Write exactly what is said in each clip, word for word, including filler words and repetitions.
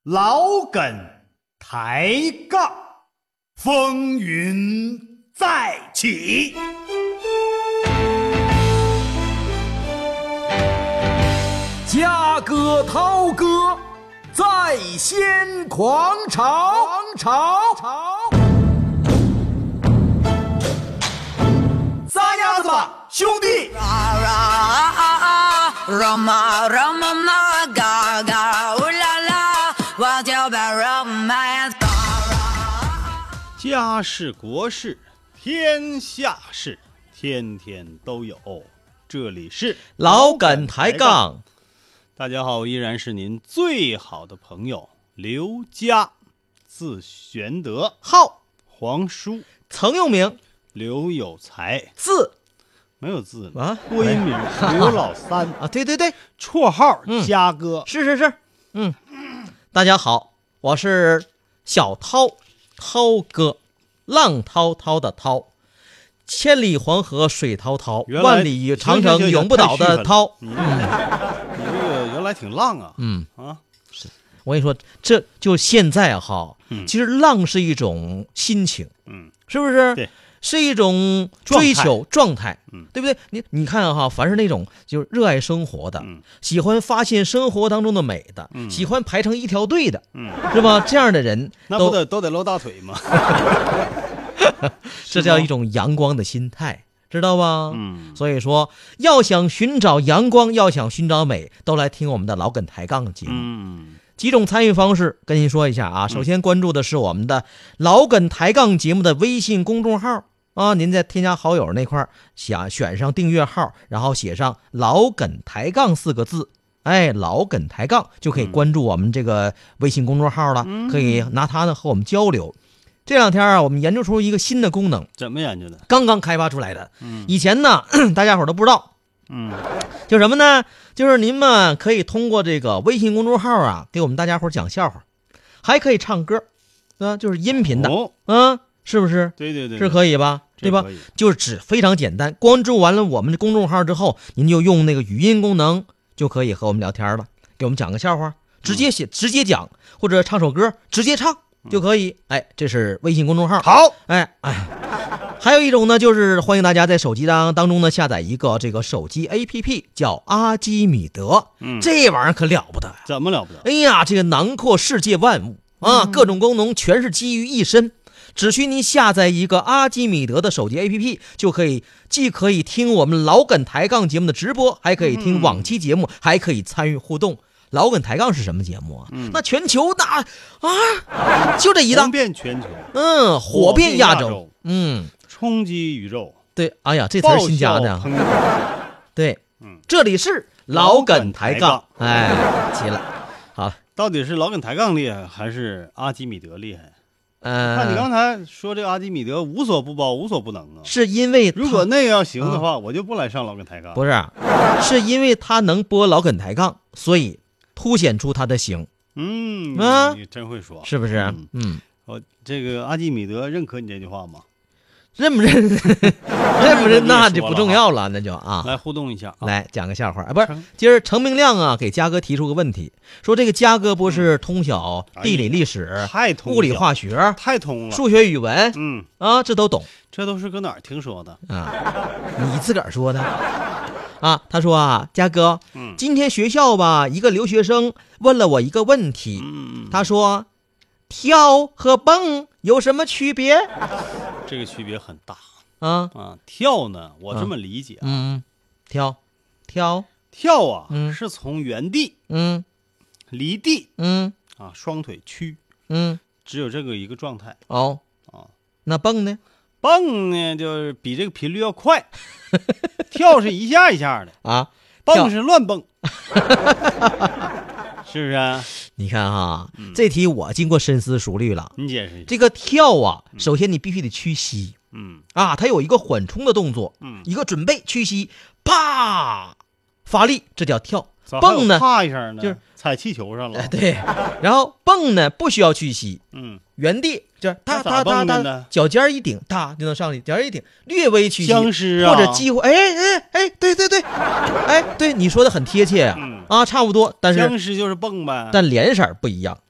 老梗抬杠，风云再起。 嘉哥涛哥在先狂潮，潮潮， 撒丫子吧，兄弟！家事国事天下事，天天都有。这里是老梗抬杠。 大家好，我依然是您最好的朋友刘佳，字玄德， 号皇叔， 曾用名刘有才， 字没有字啊， 闺名刘老三啊，对对对， 绰号嗯嘉哥， 是是是，嗯，大家好，我是小涛，涛哥，浪滔滔的涛，千里黄河水滔滔，万里长城永不倒的涛。 你这你这个原来挺浪啊， 嗯啊， 是我跟你说，这就现在哈， 嗯其实浪是一种心情， 嗯， 是不是？ 对。 是一种追求状态， 嗯， 对不对？你你看哈，凡是那种就是热爱生活的， 嗯， 喜欢发现生活当中的美的， 嗯， 喜欢排成一条队的， 嗯， 是吧？这样的人那不得都得露大腿吗？ 这叫一种阳光的心态，知道吧？ 嗯， 所以说，要想寻找阳光，要想寻找美，都来听我们的老梗抬杠节目。 嗯， 几种参与方式跟您说一下啊。首先关注的是我们的老梗抬杠节目的微信公众号啊，您在添加好友那块想选上订阅号，然后写上老梗抬杠四个字，哎，老梗抬杠就可以关注我们这个微信公众号了， 嗯、 可以拿它呢和我们交流。这两天啊，我们研究出一个新的功能， 怎么研究的？ 刚刚开发出来的。 嗯， 以前呢，大家伙都不知道。 嗯， 就什么呢？就是您们可以通过这个微信公众号啊，给我们大家伙讲笑话，还可以唱歌，啊，就是音频的， 哦、 啊，是不是？ 对对对， 是可以吧？对吧？就是只非常简单，关注完了我们的公众号之后，您就用那个语音功能就可以和我们聊天了，给我们讲个笑话，直接写、嗯、直接讲，或者唱首歌直接唱就可以。哎，这是微信公众号。 好， 哎哎。还有一种呢，就是欢迎大家在手机当当中呢下载一个这个手机 A P P， 叫阿基米德。 嗯， 这玩意儿可了不得呀！ 怎么了不得？ 哎呀，这个囊括世界万物啊，嗯、各种功能全是基于一身。只需您下载一个阿基米德的手机 A P P， 就可以既可以听我们老梗抬杠节目的直播，还可以听往期节目，嗯、还可以参与互动。老梗抬杠是什么节目啊？ 嗯、 那全球那啊，就这一档， 红遍全球， 嗯，火遍亚洲， 洲嗯， 冲击宇宙。 对，哎呀，这词儿新加的。对， 嗯， 这里是老梗抬杠，哎，齐了。好， 到底是老梗抬杠厉害，还是阿基米德厉害？ 呃， 看你刚才说这个阿基米德无所不包、无所不能啊， 是因为如果那个要行的话，啊、我就不来上老梗抬杠。 不是，是因为他能播老梗抬杠，所以凸显出他的行。 嗯啊， 你真会说， 是不是？ 嗯， 嗯我这个阿基米德认可你这句话吗？ 认不认？认不认那就不重要了，那就啊。 来互动一下，啊、 来讲个笑话啊，不是，今儿程明亮啊给嘉哥提出个问题，说这个嘉哥不是通晓地理、历史、 太通物理、化学， 太通了， 数学、语文， 嗯啊，这都懂， 这都是搁哪儿听说的啊？你自个儿说的啊？他说啊，嘉哥， 嗯， 今天学校吧，一个留学生问了我一个问题， 嗯， 他说，跳和蹦有什么区别？ 这个区别很大啊啊！跳呢，我这么理解啊， 嗯，跳，跳， 跳啊， 嗯、 是从原地， 嗯， 离地， 嗯， 啊，双腿屈， 嗯， 只有这个一个状态。 哦， 啊， 那蹦呢？ 蹦呢，就是比这个频率要快，跳是一下一下的啊， 蹦是乱蹦。是不是啊？ 你看哈，嗯、这题我经过深思熟虑了。 你解释一下。 这个跳啊，首先你必须得屈膝， 嗯啊，它有一个缓冲的动作， 嗯， 一个准备屈膝，啪，发力，这叫跳。蹦呢， 啪一声呢， 就是踩气球上了。 哎、对，然后蹦呢不需要屈膝， 嗯， 原地就是哒哒哒哒，脚尖一顶，哒就能上去，脚尖一顶，略微屈膝， 僵尸啊， 或者几乎，哎哎哎，对对对，哎，对你说的很贴切啊， 嗯、 啊，差不多，但是僵尸就是蹦呗， 但脸色不一样。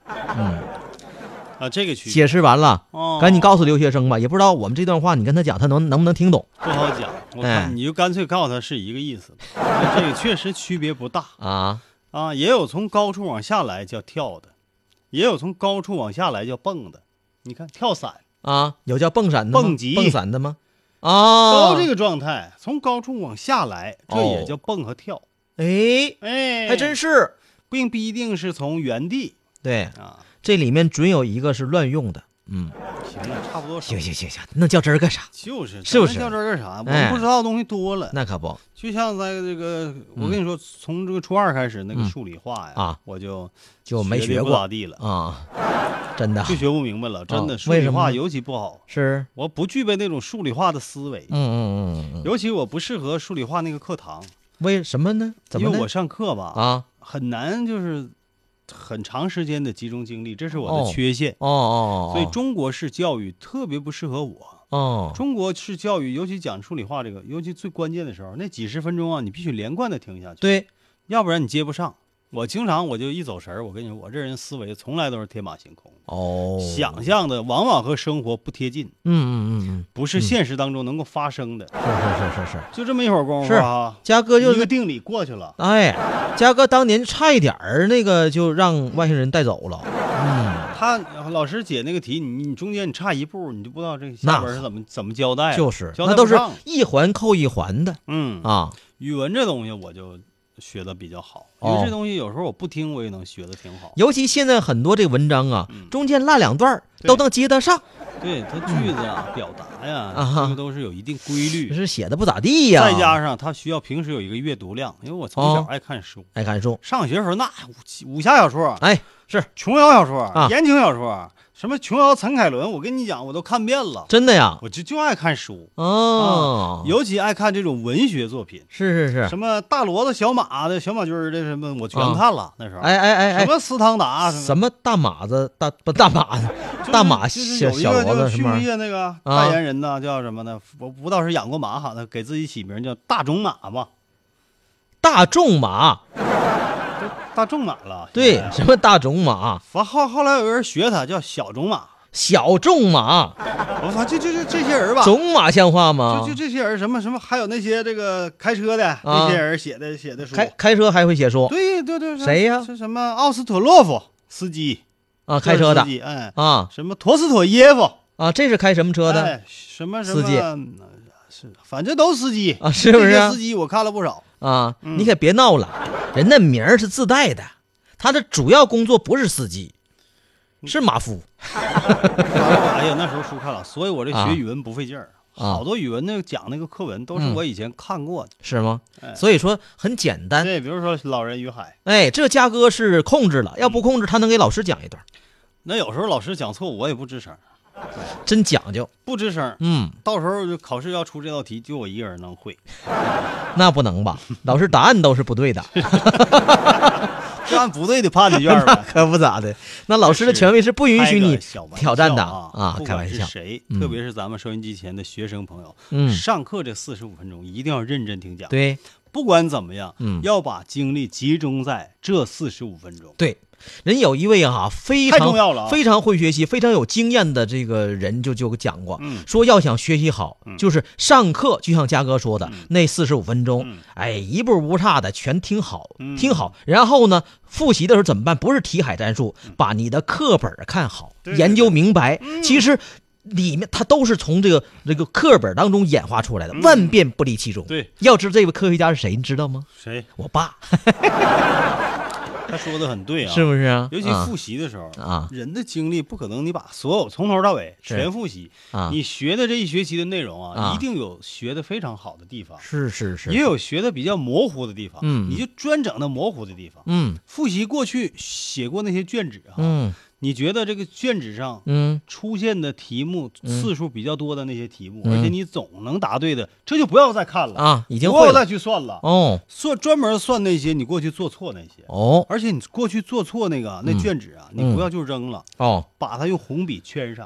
嗯， 啊，这个区别解释完了， 哦赶紧告诉留学生吧，也不知道我们这段话你跟他讲，他能能不能听懂不好讲。我哎看你就干脆告诉他是一个意思，这个确实区别不大啊？ 啊。也有从高处往下来叫跳的，也有从高处往下来叫蹦的。你看跳伞啊，有叫蹦伞的吗？ 蹦极蹦伞的吗？啊， 都这个状态，从高处往下来，这也叫蹦和跳。 哎， 哎， 还真是。 并不一定是从原地对， 啊。 这里面准有一个是乱用的。嗯， 行了，差不多。 行行行行，那较真儿干啥？ 就是是不是咱较真儿干啥？我哎们不知道的东西多了。 那可不。 就像在这个，我跟你说，从这个初二开始，那个嗯数理化呀， 啊我就就没学得不学过咋地了， 啊，真的就学不明白了。真的， 啊数理化为什么呢尤其不好， 是。 我不具备那种数理化的思维， 嗯嗯嗯嗯， 尤其我不适合数理化那个课堂， 为什么呢？怎么呢？ 因为我上课吧， 啊， 很难就是很长时间的集中精力，这是我哦的缺陷。 哦哦， 所以中国式教育特别不适合我。 哦， 中国式教育，尤其讲数理化这个，尤其最关键的时候，那几十分钟啊，你必须连贯的听下去， 对， 要不然你接不上。我经常我就一走神儿，我跟你说，我这人思维从来都是天马行空， 哦， 想象的往往和生活不贴近， 嗯嗯嗯嗯， 不是现实当中能够发生的。 是是是是是， 就这么一会儿功夫是啊， 嘉哥就是， 一个定理过去了。 哎，嘉哥当年差一点儿那个就让外星人带走了。嗯， 他老师解那个题，你你中间你差一步，你就不知道这个下边是怎么怎么交代了， 就是， 交代那都是不上。 一环扣一环的嗯， 啊。 语文这东西我就学的比较好， 哦因为这东西有时候我不听我也能学的挺好。 尤其现在很多这个文章啊， 嗯中间落两段儿对都能接得上， 对它句子啊、表达呀， 啊哈这个都是有一定规律。 是写的不咋地呀。 再加上他需要平时有一个阅读量，因为我从小哦爱看书， 爱看书， 上学的时候那武武侠小说、 哎，是琼瑶小说、 啊言情小说，什么琼瑶、陈凯伦，我跟你讲，我都看遍了。 真的呀。 我就就爱看书， 哦， 尤其爱看这种文学作品， 是是是， 什么大骡子、小马的、小马驹儿的什么，我全啊看了。那时候， 哎哎哎哎， 什么斯汤达， 什么大马子大不大马子就是大马就是小小有一个就骡子什么是畜牧业那个代言人呢，叫什么呢？我不知道是养过马，好像给自己起名叫大种马吧， 大众马， 大众马了。 对， 现在什么大种马、 完后后来有人学他叫小种马， 小众马， 我发就就就这些人吧， 种马像话吗就？就这些人什么什么，还有那些这个开车的那些人写的写的书， 开开车还会写书对对对，是谁呀是什么奥斯特洛夫司机啊？开车的司机，哎， 啊什么陀思妥耶夫啊，这是开什么车的哎，什么什么司机是，反正都司机啊？是不是啊这些司？机我看了不少。 啊， 嗯你可别闹了，人那名儿是自带的，他的主要工作不是司机，是马夫。 哎呀，那时候书看了，所以我这啊学语文不费劲儿。 啊好多语文那个讲那个课文都是嗯我以前看过的。 是吗？ 哎所以说很简单。 对，比如说《老人与海》， 哎，这嘉哥是控制了，要不控制他能给老师讲一段， 那有时候老师讲错误我也不吱声， 真讲究。 不吱声。 嗯， 到时候就考试要出这道题，就我一个人能会， 那不能吧？老师答案都是不对的， 这按不对的判的卷儿那呗。 可不咋的。那老师的权威是不允许开你个小玩笑挑战的啊！ 啊不管开玩笑是谁， 嗯特别是咱们收音机前的学生朋友， 嗯上课这四十五分钟一定要认真听讲。， 对不管怎么样， 嗯要把精力集中在这四十五分钟。 对。人有一位啊，非太常重要了啊非常会学习、非常有经验的这个人就就讲过， 嗯说要想学习好， 嗯就是上课就像嘉哥说的、 嗯那四十五分钟， 嗯哎，一步不差的全听好， 嗯听好，然后呢，复习的时候怎么办？不是题海战术，把你的课本看好， 对对研究明白。 嗯其实里面它都是从这个这个课本当中演化出来的， 嗯万变不离其宗。 对， 要知道这位科学家是谁，你知道吗？ 谁？ 我爸， 他说的很对啊， 是不是啊？ 尤其啊复习的时候啊人的精力不可能你把所有从头到尾是全复习， 啊， 你学的这一学期的内容啊， 啊一定有学的非常好的地方， 是是是， 也有学的比较模糊的地方， 嗯你就专整那模糊的地方。 嗯复习过去写过那些卷纸啊， 嗯你觉得这个卷纸上嗯， 出现的题目嗯次数比较多的那些题目， 嗯而且你总能答对的，这就不要再看了， 啊，已经不要再会了去算了， 哦算专门算那些你过去做错那些。 哦而且你过去做错那个那嗯卷纸啊，你嗯不要就扔了， 哦把它用红笔圈上，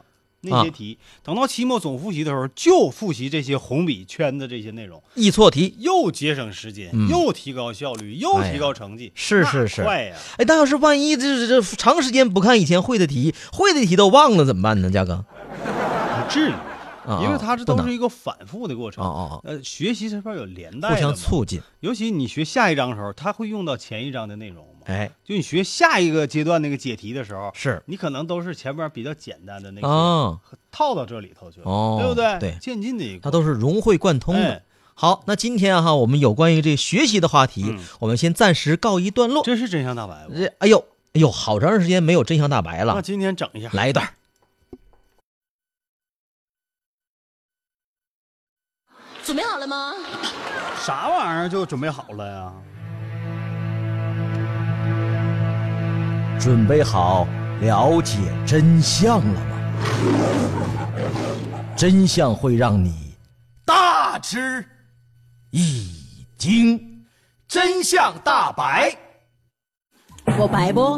那些题，等到期末总复习的时候，就复习这些红笔圈的这些内容， 易错题， 又节省时间， 嗯又提高效率，又提高成绩， 是是是， 快呀！ 哎，但要是万一这这长时间不看以前会的题，会的题都忘了怎么办呢？嘉哥， 不至于。因为它这都是一个反复的过程， 哦哦， 呃，学习这边有连带的， 互相促进。 尤其你学下一章的时候，它会用到前一章的内容嘛。 哎， 就你学下一个阶段那个解题的时候， 是你可能都是前边比较简单的那些、 哦、 套到这里头去了， 哦， 对不对？ 对， 渐进的一个， 它都是融会贯通的。哎、好，那今天哈，我们有关于这学习的话题，嗯、我们先暂时告一段落。 这是真相大白吗？ 这哎呦哎呦，好长时间没有真相大白了。 那今天整一下， 来一段。 准备好了吗？ 啥玩意儿就准备好了呀？ 准备好了解真相了吗？真相会让你大吃一惊，真相大白。 我白不？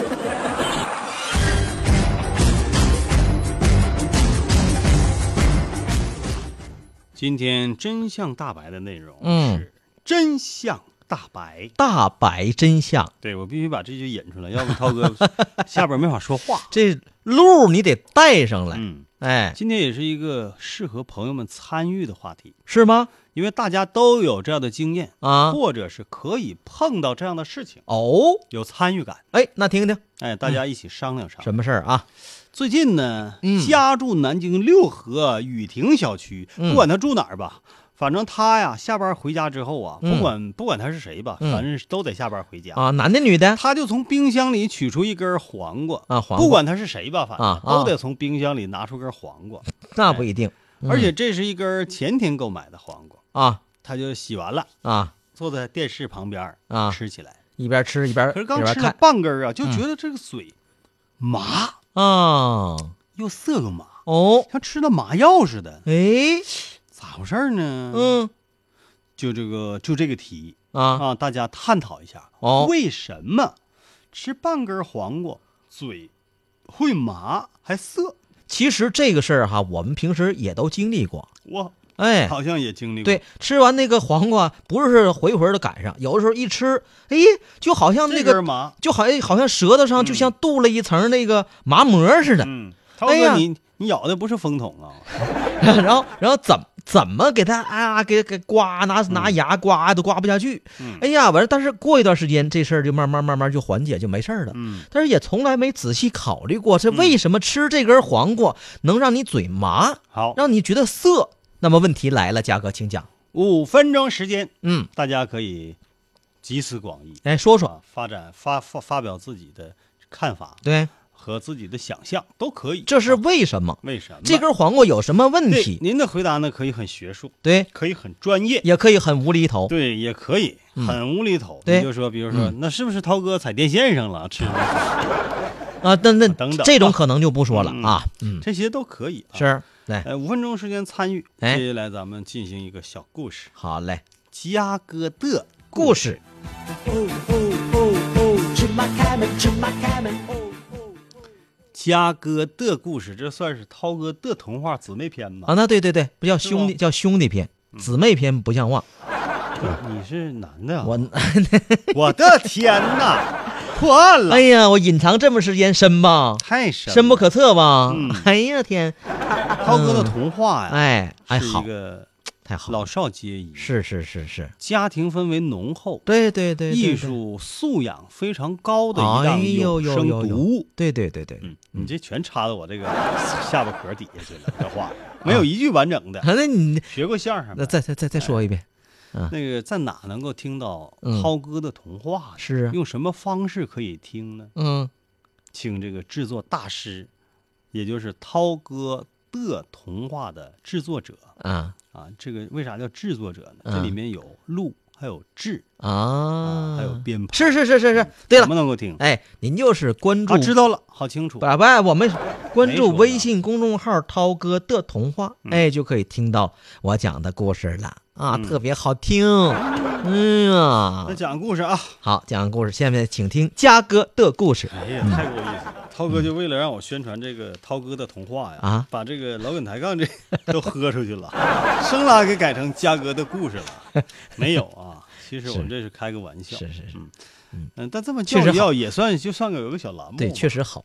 今天真相大白的内容是真相大白， 大白真相。 对，我必须把这句引出来，要不涛哥下边没法说话。 这路你得带上来。 嗯， 哎， 今天也是一个适合朋友们参与的话题， 是吗？ 因为大家都有这样的经验啊， 或者是可以碰到这样的事情哦， 有参与感。 哎，那听听， 哎，大家一起商量商量、 嗯、什么事儿啊？ 最近呢， 嗯、 家住南京六合雨亭小区， 嗯、 不管他住哪儿吧，反正他呀下班回家之后啊， 嗯、 不管不管他是谁吧， 嗯、 反正都得下班回家啊，男的女的， 他就从冰箱里取出一根黄瓜啊，黄瓜， 不管他是谁吧，反正、 啊、 都得从冰箱里拿出根黄瓜， 那不一定， 哎、而且这是一根前天购买的黄瓜啊， 他就洗完了啊， 坐在电视旁边啊吃起来， 一边吃一边， 可是刚吃了半根啊，就觉得这个嘴麻啊。 又涩又麻哦， 像吃了麻药似的。 哎， 咋回事呢？ 嗯， 就这个就这个题啊啊，大家探讨一下哦， 为什么吃半根黄瓜嘴会麻还涩？ 其实这个事儿哈，我们平时也都经历过。 我哎， 好像也经历过。 对，吃完那个黄瓜，不是回回的赶上，有的时候一吃，哎，就好像那个麻， 就好像好像舌头上就像镀了一层那个麻膜似的。 嗯。涛哥，哎、你你咬的不是风筒啊？ 然后然后怎怎么给他啊给给刮拿拿牙刮都刮不下去。 嗯、 哎呀，完了，但是过一段时间这事儿就慢慢慢慢就缓解就没事了。 嗯， 但是也从来没仔细考虑过，这为什么吃这根黄瓜能让你嘴麻， 好、嗯， 让你觉得涩？那么问题来了，嘉哥，请讲。 五分钟时间， 嗯， 大家可以集思广益， 哎，说说、 啊、发展发发发表自己的看法。 对。 和自己的想象都可以， 这是为什么？ 为什么这根黄瓜有什么问题？ 您的回答呢，可以很学术， 对， 可以很专业， 也可以很无厘头， 对，也可以很无厘头。 对， 你就说，比如说，那是不是涛哥踩电线上了？吃啊，那那等等， 这种可能就不说了啊， 嗯，这些都可以。 是，来， 呃，五分钟时间参与， 哎， 接下来咱们进行一个小故事。 好嘞， 嘉哥的故事。 嘉哥的故事，这算是涛哥的童话姊妹篇吧？ 啊，那对对对，不叫兄弟，叫兄弟篇，姊妹篇不像话。 你是男的、啊， 我我的天哪，破案了！ 哎呀，我隐藏这么时间深吧？ 太深， 深不可测吧？ 嗯、 哎呀天， 涛哥的童话呀， 嗯、哎哎好， 是一个太好， 老少皆宜， 是是是是， 家庭氛围浓厚， 对对 对, 对, 对， 艺术素养非常高的一档有声读物， 对对对对， 嗯，你这全插到我这个下巴壳底下去了，这话没有一句完整的。 那你学过相声？ 那再再再再说一遍。 嗯，那个在哪能够听到涛哥的童话？ 是用什么方式可以听呢？ 嗯， 请这个制作大师，也就是涛哥的童话的制作者啊啊，这个为啥叫制作者呢？这里面有录还有制啊， 还有鞭炮， 是是是是是，对了， 怎么能够听？ 哎，您就是关注， 啊，知道了，好清楚。 不不，我们关注没说呢微信公众号“涛哥的童话”， 嗯哎，就可以听到我讲的故事了啊， 嗯特别好听。嗯呀那，讲故事啊， 好，讲故事，下面请听嘉哥的故事。 哎呀，太够意思了！涛哥就为了让我宣传这个涛哥的童话呀， 啊把这个老梗抬杠这都喝出去了，生拉给改成嘉哥的故事了。没有啊，其实我们这是开个玩笑。 是是是， 嗯嗯，但这么确实好叫一叫也算就算个有个小栏目。 对，确实好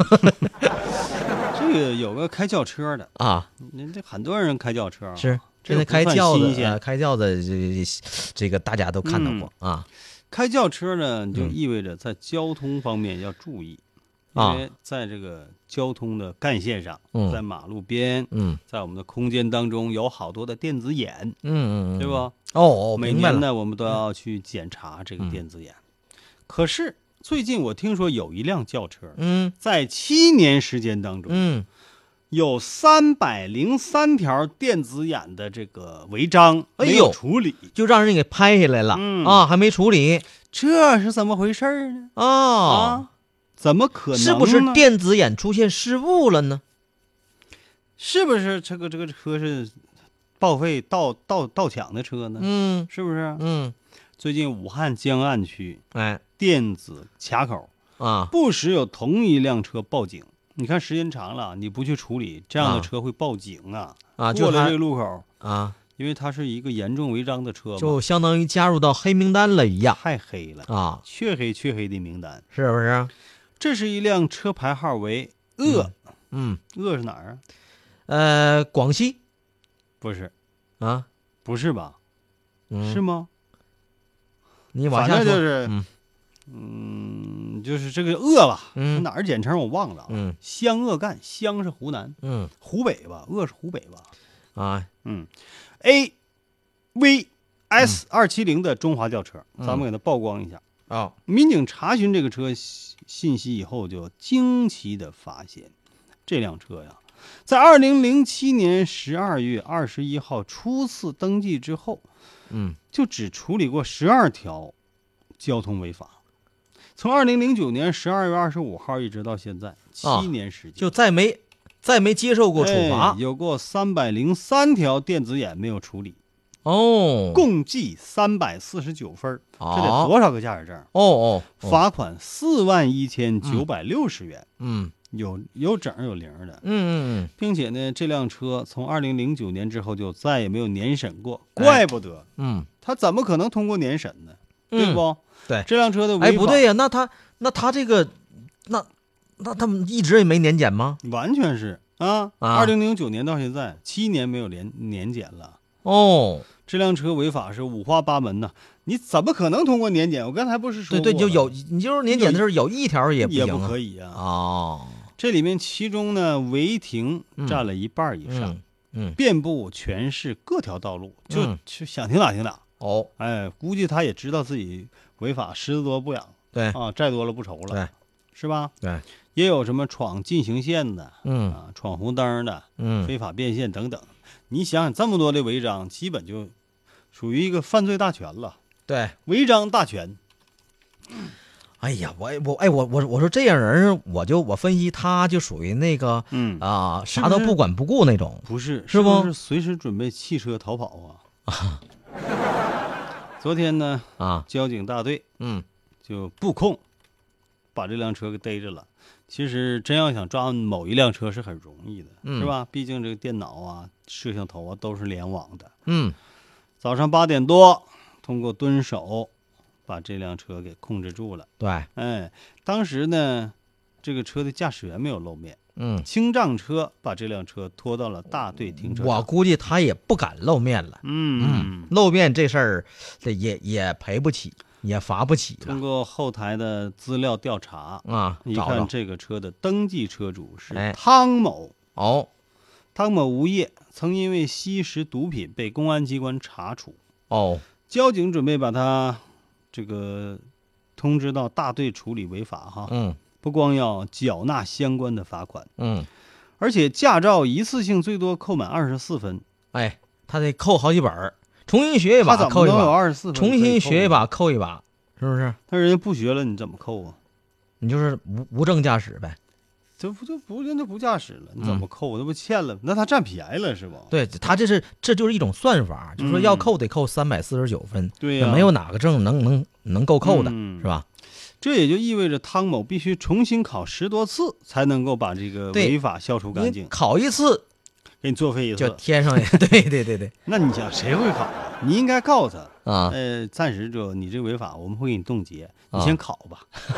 这个有个开轿车的， 啊， 人这很多人开轿车啊， 是这个现在开不算轿子， 新鲜呃，开轿子这这个大家都看到过啊开轿车呢，就嗯意味着在交通方面要注意， 啊因为在这个交通的干线上， 嗯在马路边， 嗯在我们的空间当中有好多的电子眼， 嗯嗯， 对吧？ 哦哦， 每明白了， 年呢，我们都要去检查这个电子眼。可是最近我听说有一辆轿车， 嗯在七年时间当中， 嗯， 有三百零三条电子眼的这个违章哎呦没有处理， 就让人给拍下来了嗯啊，还没处理这是怎么回事呢？ 啊。 啊，怎么可能呢？ 是不是电子眼出现失误了呢？ 是不是这个这个车是报废盗盗盗抢的车呢？ 嗯是不是？ 嗯， 最近武汉江岸区哎电子卡口啊， 不时有同一辆车报警。你看时间长了，你不去处理，这样的车会报警啊！ 啊就它过了这个路口， 啊， 因为它是一个严重违章的车嘛， 就相当于加入到黑名单了一样太黑了， 啊， 黢黑黢黑的名单。 是不是？ 这是一辆车牌号为鄂， 嗯， 鄂是哪儿啊？ 呃，广西不是， 啊， 不是吧？ 嗯是吗？ 你往下说， 反正就是， 嗯嗯，就是这个鄂吧， 嗯哪儿简称我忘了啊。 嗯湘鄂赣，湘是湖南， 嗯湖北吧，鄂是湖北吧？ 啊， 嗯，A V S 二七零的中华轿车， 嗯咱们给它曝光一下。 哦， 民警查询这个车信信息以后，就惊奇的发现，这辆车呀，在二零零七年十二月二十一号初次登记之后， 嗯就只处理过十二条交通违法。从二零零九年十二月二十五号一直到现在，七啊年时间， 就再没再没接受过处罚哎有过三百零三条电子眼没有处理， 哦， 共计三百四十九分儿，这得哦多少个驾驶证？ 哦哦，哦罚款四万一千九百六十元， 嗯有有整有零的， 嗯嗯并且呢，这辆车从二零零九年之后就再也没有年审过， 哎怪不得嗯他怎么可能通过年审呢？ 嗯， 对不？ 对这辆车的违法哎，不对呀、那他那他这个，那那他们一直也没年检吗？ 完全是啊， 啊二零零九年到现在七年没有年年检了。 哦， 这辆车违法是五花八门呐，你怎么可能通过年检？我刚才不是说对对，就过了有你就是年检的时候有一条也不也行啊不可以啊。 哦， 这里面其中呢，违停占了一半以上， 嗯嗯遍布全市各条道路，就嗯就想停哪停哪。 哦， 哎，估计他也知道自己违法，狮子多不痒对啊，债多了不愁了， 对是吧？ 对， 也有什么闯禁行线的， 嗯啊，闯红灯的， 嗯非法变现等等。你想想，这么多的违章，基本就属于一个犯罪大全了， 对， 违章大全。 哎呀，我我哎我我我说这样人，我就我分析他就属于那个嗯啊， 是不是啥都不管不顾那种。 不是， 是不不是随时准备弃车逃跑啊？昨天呢， 啊， 交警大队嗯就布控，把这辆车给逮着了。其实真要想抓某一辆车是很容易的， 嗯是吧？毕竟这个电脑啊、摄像头啊都是联网的。 嗯早上八点多，通过蹲守，把这辆车给控制住了。 对， 哎，当时呢，这个车的驾驶员没有露面， 嗯， 轻障车把这辆车拖到了大队停车场。 我估计他也不敢露面了。 嗯， 露面这事儿，这也也赔不起，也罚不起了通过后台的资料调查， 啊。 一找着看这个车的登记车主是哎汤某。 哦汤某无业，曾因为吸食毒品被公安机关查处。 哦， 交警准备把他这个通知到大队处理违法哈， 嗯不光要缴纳相关的罚款， 嗯， 而且驾照一次性最多扣满二十四分。 哎，他得扣好几本儿， 重新学一把他怎么扣一能有把， 二十四分？ 重新学一把扣一把，是不是？ 那人家不学了，你怎么扣啊？ 你就是无无证驾驶呗。 这不就不人家不驾驶了，你怎嗯么扣？那不欠了？那他占便宜了是吧？ 对他这是这就是一种算法，就是说要嗯扣得扣三百四十九分， 对呀没有哪个证能能能够扣的， 嗯是吧？ 这也就意味着汤某必须重新考十多次，才能够把这个对违法消除干你净， 考一次给你作废一就次。 添上去，对对对对那你想谁会考啊？你应该告诉他， 啊， 呃，暂时就你这违法，我们会给你冻结，你啊先考吧。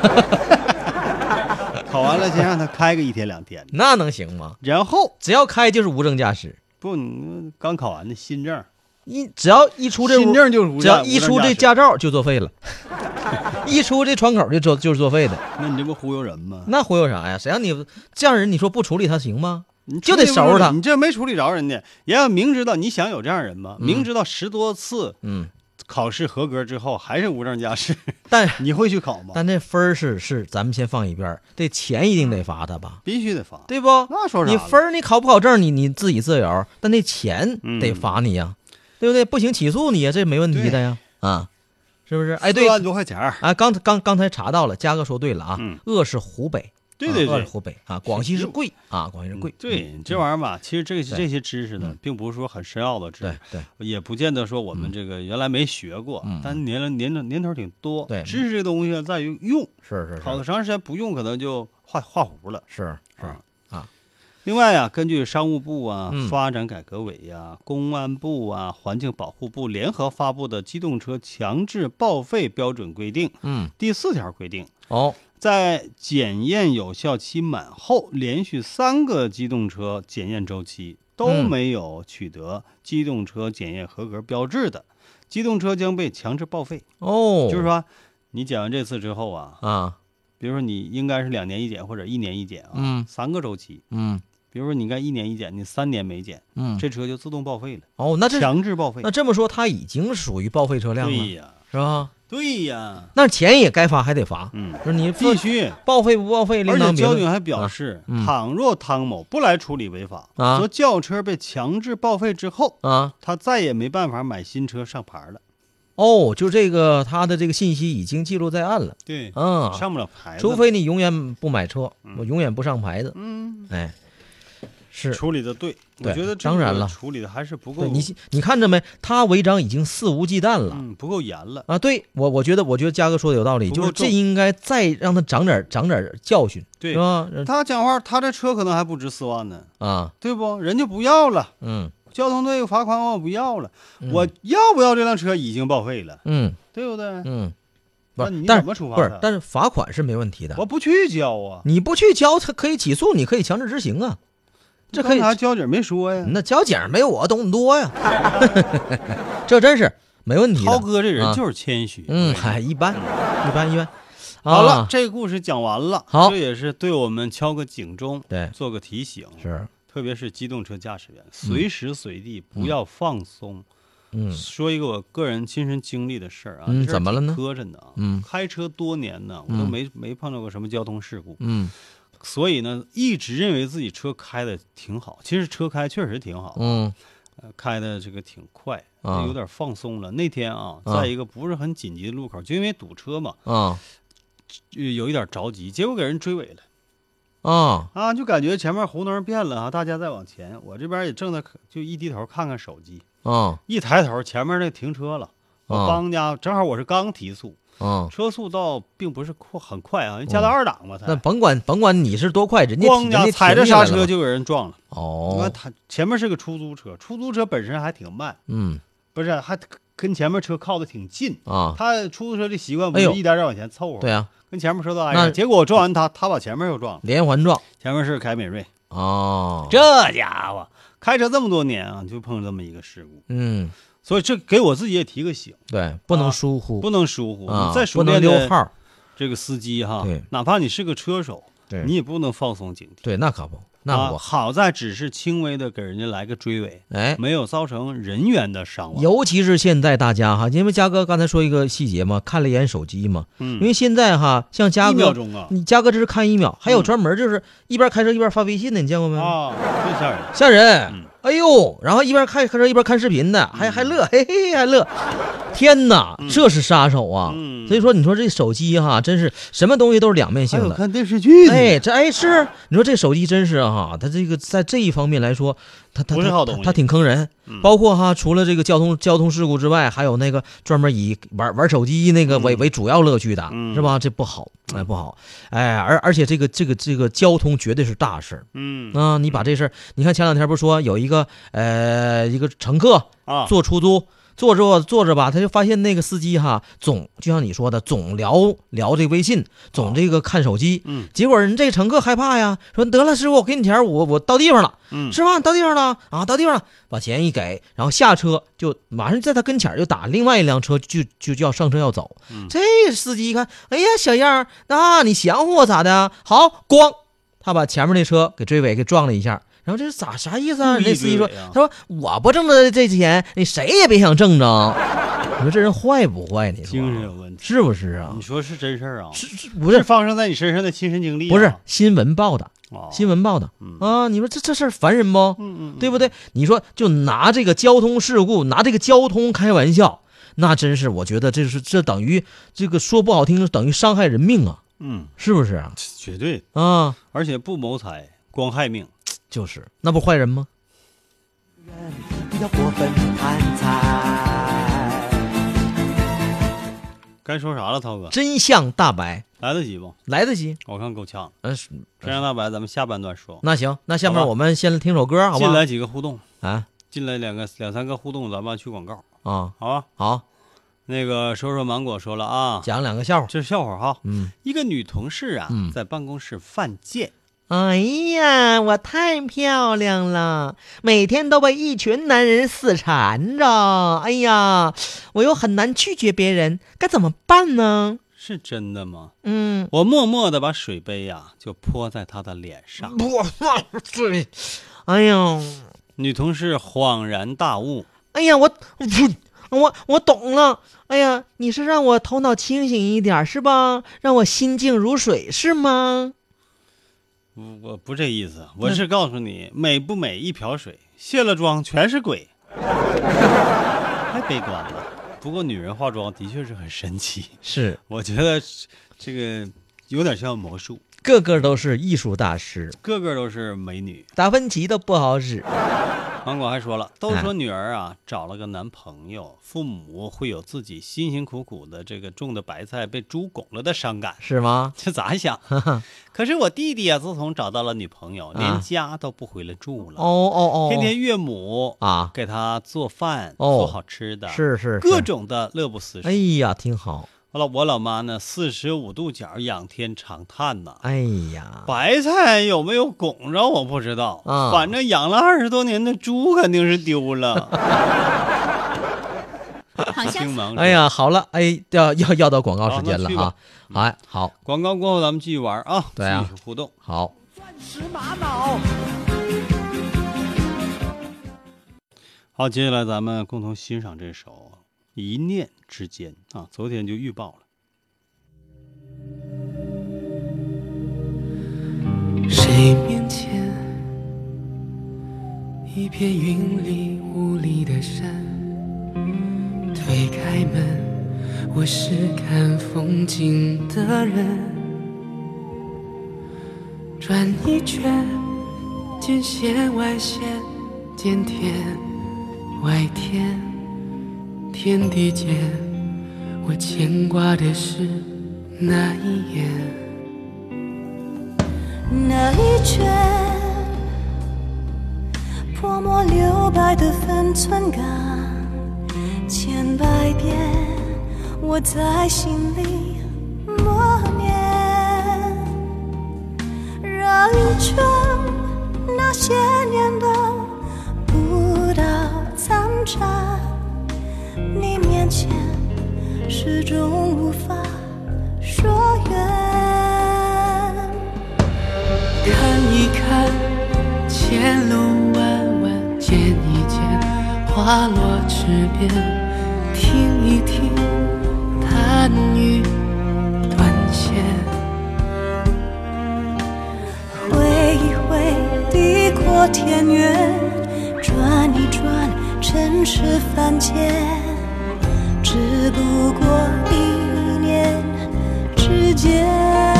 考完了先让他开个一天两天的， 那能行吗？ 然后只要开就是无证驾驶， 不，你刚考完的新证， 一只要一出这屋新证就是无只要证一出这， 无证驾照就作废了，一出这窗口就作就是作废的， 驶那你这不忽悠人吗？ 那忽悠啥呀？谁让你这样人，你说不处理他行吗？ 你就得处理不了收拾他你这没处理着人家，人家明知道你想有这样人吗？ 嗯明知道十多次嗯， 考试合格之后还是无证驾驶， 但你会去考吗？ 但这分儿是是，咱们先放一边儿，这钱一定得罚他吧， 必须得罚。 对不？ 那说啥了你分儿你考不考证，你你自己自由，但那钱嗯得罚你呀，对不对？不行起诉你呀，这没问题的呀，啊，是不是？哎，对四，万多块钱儿， 啊，刚刚刚才查到了，嘉哥说对了啊， 嗯鄂是湖北， 对对对啊鄂是湖北啊，广西是贵啊，广西是贵， 对，这玩意儿吧，其实这个对这些知识呢嗯， 并不是说很深奥的知对识， 对， 也不见得说我们这个原来没学过嗯， 但年龄年龄年头挺多。 对知识这个东西在于用， 是是是考的长时间不用，可能就画画糊了。 是是啊啊， 另外呀，根据商务部啊、 嗯发展改革委呀、公安部啊、环境保护部联合发布的《机动车强制报废标准规定》 嗯， 第四条规定， 哦， 在检验有效期满后，连续三个机动车检验周期都嗯没有取得机动车检验合格标志的，机动车将被强制报废。 哦， 就是说，你检完这次之后啊， 啊， 比如说你应该是两年一检或者一年一检啊， 嗯三个周期。 嗯比如说你应该一年一检，你三年没检， 嗯， 这车就自动报废了， 哦，那这强制报废那。这么说，他已经属于报废车辆了， 对呀， 是吧？ 对呀， 那钱也该罚还得罚， 嗯， 就是你必须。 报废不报废，另而且当别论。 交警还表示， 啊嗯倘若汤某不来处理违法， 啊则轿车被强制报废之后， 啊， 他再也没办法买新车上牌了。 哦，就这个他的这个信息已经记录在案了， 对， 嗯， 上不了牌子。 除非你永远不买车，我永远不上牌子， 嗯， 哎，是。 处理的对， 对我觉得这当然了个处理的还是不够对，你你看着没？他违章已经肆无忌惮了。 嗯不够严了。 啊，对我，我觉得，我觉得嘉哥说的有道理， 不够就是这重应该再让他长点长点教训， 对是吧？ 他讲话，他这车可能还不值四万呢， 啊， 对不？人家不要了， 嗯交通队罚款我不要了， 嗯我要不要这辆车已经报废了， 嗯对不对？ 嗯，不是， 那你但是怎么处罚他？ 不是，但是罚款是没问题的。 我不去交啊， 你不去交，他可以起诉，你可以强制执行啊，这可以。 刚才交警没说呀。 那交警没有我懂得多呀，这真是没问题的。 涛哥这人啊就是谦虚。 嗯，嗨，一般，一般，一般。 好了， 啊这个故事讲完了， 好这也是对我们敲个警钟， 对做个提醒， 是， 特别是机动车驾驶员，随时随地不要放松。 嗯说一个我个人亲身经历的事儿啊， 嗯这事儿怎么了呢挺磕碜的啊， 嗯开车多年呢，我都嗯没没碰到过什么交通事故， 嗯所以呢，一直认为自己车开的挺好。其实车开确实挺好， 嗯呃开的这个挺快， 啊有点放松了。那天啊， 啊在一个不是很紧急的路口，就因为堵车嘛， 啊就有一点着急，结果给人追尾了。 啊啊，就感觉前面红灯变了啊，大家在往前，我这边也正在就一低头看看手机， 啊一抬头前面那停车了，我啊帮家正好我是刚提速， 啊！ 车速倒并不是快很快啊，加到二档吧才， 那甭管甭管你是多快，人家咣家人家踩着停下来了嘛刹车就给人撞了。你哦看，他前面是个出租车，出租车本身还挺慢， 嗯不是还跟前面车靠的挺近。 啊， 他出租车的习惯不哎呦是一点点往前凑合， 对啊， 跟前面车道挨那着。结果我撞完他，他把前面又撞了。 连环撞前面是凯美瑞， 哦， 这家伙开车这么多年啊，就碰上这么一个事故， 嗯所以这给我自己也提个醒， 对，不能疏忽不能疏忽。 啊你再，熟不能练的溜号， 这个司机哈对， 哪怕你是个车手， 对你也不能放松警惕。 对，那可不，那啊我好在只是轻微的给人家来个追尾， 哎。 没有造成人员的伤亡。 尤其是现在大家哈，因为嘉哥刚才说一个细节嘛，看了一眼手机嘛， 嗯， 因为现在哈，像嘉一秒哥， 钟啊你嘉哥这是看一秒，还有嗯专门就是一边开车一边发微信的，你见过没？ 啊，真吓人。 吓人！ 嗯哎呦，然后一边看开车一边看视频呢，还还乐，嘿嘿还乐。天哪，这是杀手啊！ 嗯所以说，你说这手机哈，真是什么东西都是两面性的。 还有看电视剧呢， 哎，这哎是，你说这手机真是哈，它这个在这一方面来说，它它它不是好东西它挺坑人。 嗯包括哈，除了这个交通交通事故之外，还有那个专门以玩玩手机那个为、 嗯为主要乐趣的， 嗯是吧？这不好，哎不好，哎，而而且这个这个这个交通绝对是大事儿嗯啊！你把这事儿，你看前两天不是说有一个呃一个乘客啊， 坐出租。坐着坐着吧，他就发现那个司机哈，总就像你说的，总聊聊这微信，总这个看手机。 嗯结果人这乘客害怕呀，说得了，师傅，我给你钱，我我到地方了。 嗯是吧？到地方了啊，到地方了，把钱一给，然后下车就马上在他跟前儿就打另外一辆车，就就就要上车要走。 嗯这司机一看，哎呀，小样儿，那、你降服我咋的？好，咣，他把前面那车给追尾给撞了一下。然后这是咋啥意思啊？ 故意那司机说追尾啊：“ 他说我不挣着这钱，你谁也别想挣着。”你说这人坏不坏？你说精神有问题， 是不是啊你？说是真事儿啊？ 是是不是发生在你身上的亲身经历啊？ 不是新闻报的， 哦新闻报的嗯啊！你说这这事儿烦人不？ 嗯嗯， 对不对？你说就拿这个交通事故，拿这个交通开玩笑，那真是我觉得这是这等于这个说不好听，等于伤害人命啊， 嗯， 是不是啊？ 绝对， 啊， 而且不谋财，光害命。 就是，那不坏人吗？ 不要过分贪财。 该说啥了，涛哥？ 真相大白， 来得及不？ 来得及。 我看够呛。 嗯、是真相大白，咱们下半段说。 那行，那下好吧面我们先来听首歌，好吧？ 进来几个互动， 啊进来两个两三个互动，咱们去广告， 啊， 好吧？ 好， 那个说说芒果说了啊， 讲两个笑话。 这是笑话哈。 嗯， 一个女同事啊， 嗯在办公室犯贱， 哎呀，我太漂亮了，每天都被一群男人死缠着。哎呀，我又很难拒绝别人，该怎么办呢？ 是真的吗？ 嗯， 我默默的把水杯呀、就泼在她的脸上。 我对，哎呀， 女同事恍然大悟， 哎呀，我我我懂了。哎呀，你是让我头脑清醒一点是吧？让我心静如水是吗？ 我我不这意思，我是告诉你，美不美一瓢水，卸了妆全是鬼。太悲观了。不过女人化妆的确是很神奇， 是， 我觉得这个有点像魔术， 个个都是艺术大师， 个个都是美女。 达芬奇都不好使。 芒果还说了，都说女儿啊找了个男朋友，父母会有自己辛辛苦苦的这个种的白菜被猪拱了的伤感， 是吗？ 这咋想？可是我弟弟啊，自从找到了女朋友，连家都不回来住了， 哦哦哦， 天天岳母啊给他做饭， 哦做好吃的， 是是是各种的乐不思蜀。 哎呀，挺好。 完了，我老妈呢，四十五度角仰天长叹呐。 哎呀， 白菜有没有拱着我不知道， 啊反正养了二十多年的猪肯定是丢了。 好像听忙。 哎，呀，好了，哎，要要要到广告时间了好那去吧啊！哎，好， 广告过后咱们继续玩啊， 对啊继续互动。 好， 钻石玛瑙， 好，接下来咱们共同欣赏这首《一念之间》啊，昨天就预报了。 谁面前一片云里雾里的山，推开门，我是看风景的人。转一圈，见线外线，见天外天，天地间，我牵挂的是那一眼。 那一圈泼墨留白的分寸感，千百遍我在心里默念，绕一圈那些年的不到残渣，你面前始终无法说远。 看一看前路弯弯，见一见花落池边，听一听弹语断线， 挥一挥地阔天远，转转一转，尘世凡间，只不过一念之间。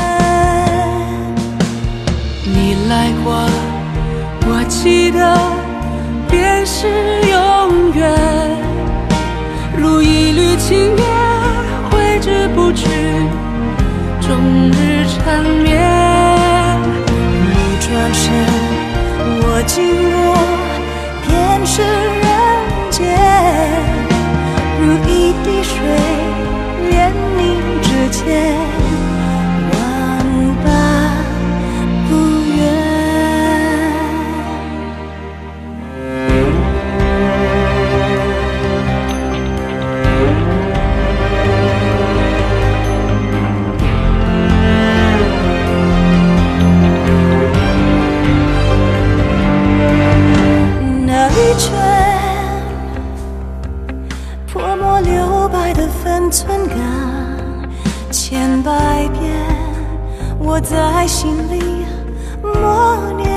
你来过，我记得便是永远，如一缕青烟，挥之不去，终日缠绵。 你转身，我经过，便是人间，如一滴水，连你指尖，万般不愿。那一圈泼墨留白的分寸感，千百遍我在心里默念。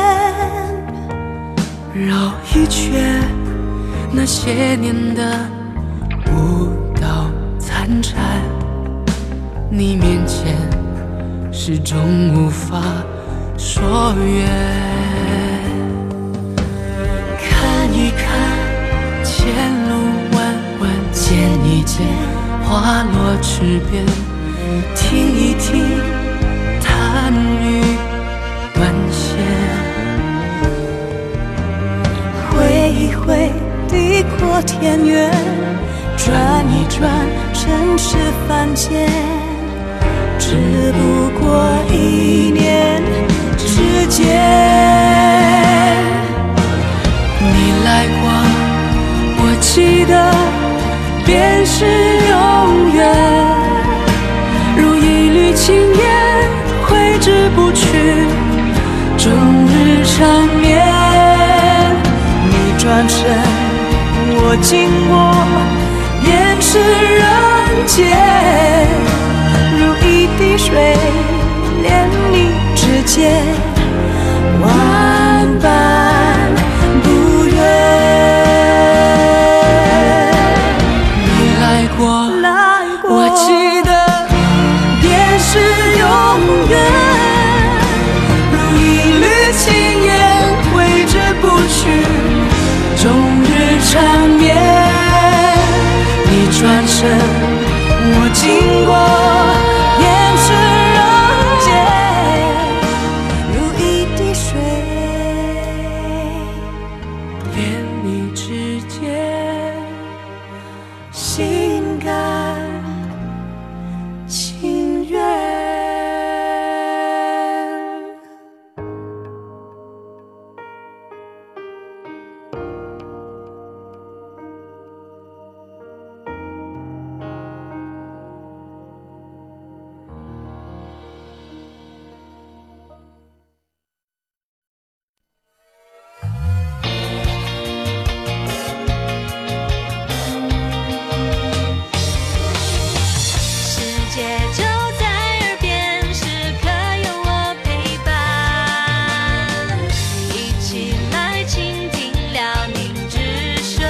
绕一圈，那些年的舞蹈残蝉，你面前始终无法说远。看一看前路弯弯，见一见花落池边，听一听弹语断线， 挥一挥地阔天远，转一转尘世凡间，只不过一念之间。 你来过，我记得便是永远，如一缕青烟，挥之不去，终日缠绵。 你转身，我经过，便是人间，如一滴水，连你指尖，万般不愿。 你来过， 来过， 我记得便是永远，如一缕青烟，挥之不去，终日缠绵。你转身，我经过， 便是人间，如一滴水， 连你指尖， 心甘情愿。 世界就在耳边，时刻有我陪伴，一起来倾听辽宁之声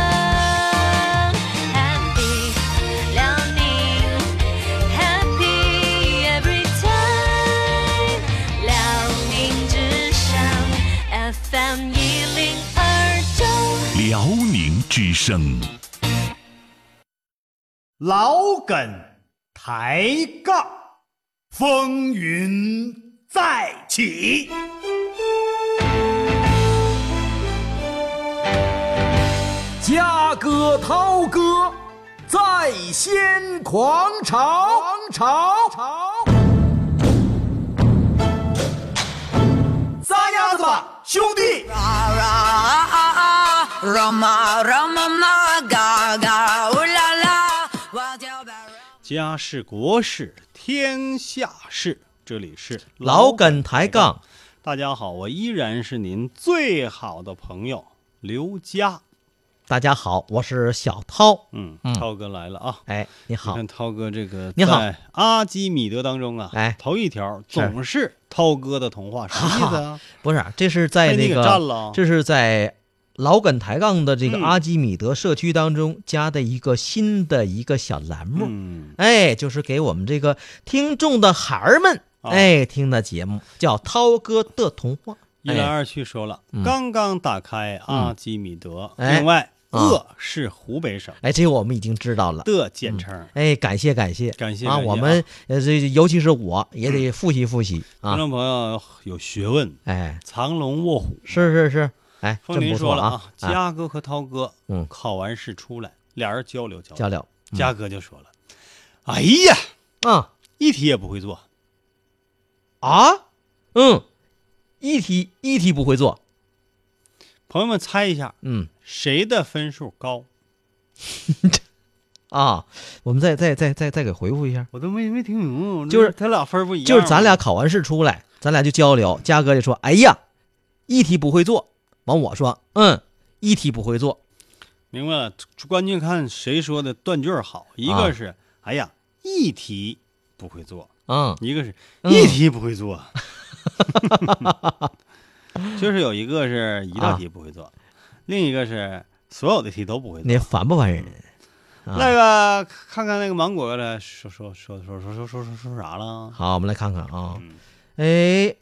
，Happy 辽宁 ，Happy every time， 辽宁之声 F M 一零二九， 辽宁之声。 老梗抬杠，风云再起。嘉哥、涛哥在先狂潮，潮潮，撒丫子吧，兄弟！ 家事国事天下事，这里是老梗抬杠。 大家好，我依然是您最好的朋友刘佳。 大家好，我是小涛。 嗯， 嗯涛哥来了啊！ 哎，你好你看，涛哥这个你好在阿基米德当中啊， 哎头一条总是涛哥的童话，什么意思啊？ 不是，这是在被你给那个， 占了这是在老梗抬杠的这个嗯阿基米德社区当中加的一个新的一个小栏目， 嗯， 哎，就是给我们这个听众的孩儿们， 啊哎，听的节目叫涛哥的童话。哎一来二去说了， 嗯刚刚打开阿基米德， 哎另外啊鄂是湖北省哎，这个我们已经知道了。 的简称。 哎，感谢感谢啊！ 感谢感谢我们呃，这尤其是我也得复习复习啊！ 听众朋友有学问， 哎， 藏龙卧虎。 是是是，哎， 凤林真不错啊说了啊，！嘉哥和涛哥， 嗯考完试出来，俩人交流交流。 交流嘉哥就说了：“哎呀， 啊一题也不会做。 啊，嗯，一题一题不会做，” 朋友们猜一下， 嗯谁的分数高？ 啊，我们再再再再再给回复一下， 我都没没听明白， 就是他俩分不一样， 就是咱俩考完试出来，咱俩就交流，嘉哥就说：“哎呀，一题不会做。”完我说：“嗯，一题不会做。 明白了。关键看谁说的断句儿好，一个是、哎呀一题不会做，” 嗯， 一个是嗯一题不会做，就是有一个是一道题不会做，另一个是所有的题都不会做。 你烦不烦人？啊那个看看那个芒果的说说说说说说说说说啥了？ 好，我们来看看啊， 嗯哎，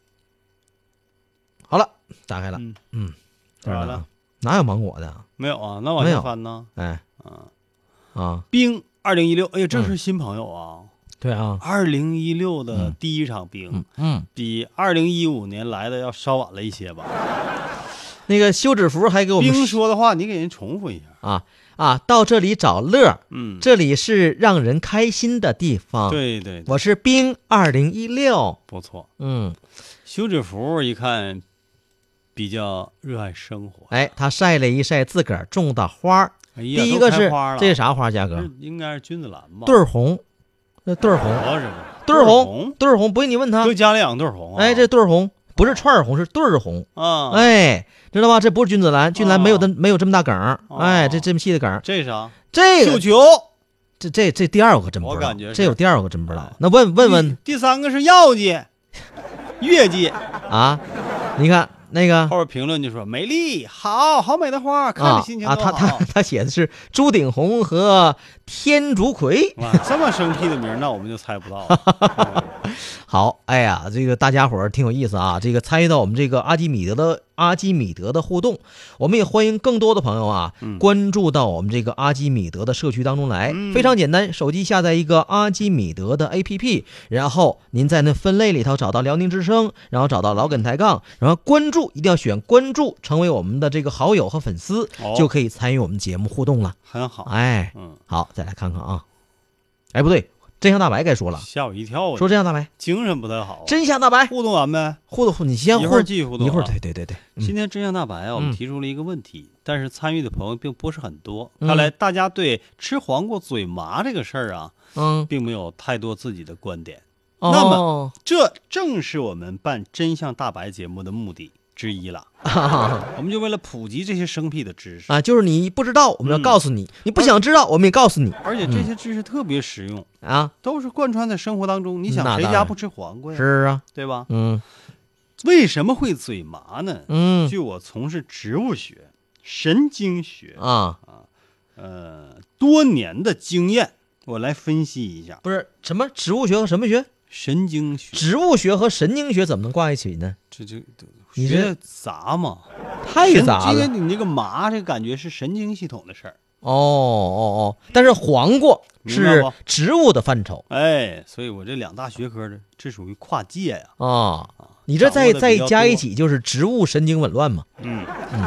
好了，打开了， 嗯嗯， 说啥了？ 哪有芒果的？ 没有啊，那往没有下翻呢。 哎， 啊， 啊， 冰二零一六，哎呀，这是新朋友啊！ 对啊， 二零一六的嗯第一场冰， 嗯嗯， 比二零一五年来的要稍晚了一些吧？ 那个休止符还给我们冰说的话，你给人重复一下。 啊啊，到这里找乐， 嗯， 这里是让人开心的地方。， 对对，对我是冰二零一六， 不错。 嗯， 休止符一看比较热爱生活。 哎，他晒了一晒自个儿种的花儿， 哎呀，都第一个是开花了这是啥花？嘉哥这，应该是君子兰吧？ 对儿红，那对儿红， 不是对儿红， 红，对儿红，不是你问他就，家里养对儿红啊。 哎，这对儿红不是串儿红，是对儿红， 啊， 哎，知道吧？这不是君子兰，君子兰没有的没有这么大梗儿， 哦哎，这这么细的梗儿， 这啥？ 这个绣球。 这这这第二个可真不知道， 我感觉是这有第二个真不知道哎。 那问问问第第三个是药剂，月季。 啊，你看那个后边评论就说美丽，好好美的花，看着啊啊， 心情都他他好。 他写的是朱顶红和天竺葵。 哇，这么生僻的名儿，那我们就猜不到了。 好，哎呀，这个大家伙儿挺有意思啊，这个参与到我们这个阿基米德的阿基米德的互动，我们也欢迎更多的朋友啊、 嗯关注到我们这个阿基米德的社区当中来。 嗯非常简单，手机下载一个阿基米德的 A P P，然后您在那分类里头找到辽宁之声，然后找到老梗抬杠，然后关注，一定要选关注，成为我们的这个好友和粉丝， 哦就可以参与我们节目互动了。 很好。 哎， 嗯， 好，再来看看啊，哎，不对，真相大白该说了， 吓我一跳啊！ 说真相大白， 精神不太好啊。 真相大白。 互动完呗。 互动，你先一互会儿继续互动啊一会儿，对对对对，嗯今天真相大白啊，我们嗯提出了一个问题，但是参与的朋友并不是很多。 嗯看来大家对吃黄瓜嘴麻这个事儿啊， 嗯， 并没有太多自己的观点。 哦那么这正是我们办真相大白节目的目的之一了。我们就为了普及这些生僻的知识， 啊，就是你不知道，我们要告诉你；你不想知道，我们也告诉你而且这些知识特别实用， 啊。 都是贯穿在生活当中。你想那当然谁家不吃黄瓜呀？ 是啊， 对吧？ 嗯为什么会嘴麻呢？ 嗯据我从事植物学、神经学啊， 呃多年的经验，我来分析一下不是什么植物学和什么学？ 神经学。 植物学和神经学怎么能挂一起呢？ 这就你学这的杂嘛？ 太杂了。 因为你这个麻，这个感觉是神经系统的事儿。 哦哦哦，但是黄瓜是明白不植物的范畴哎，所以我这两大学科的，这属于跨界呀。 啊。你这再掌握得再比较多加一起就是植物神经紊乱嘛？ 嗯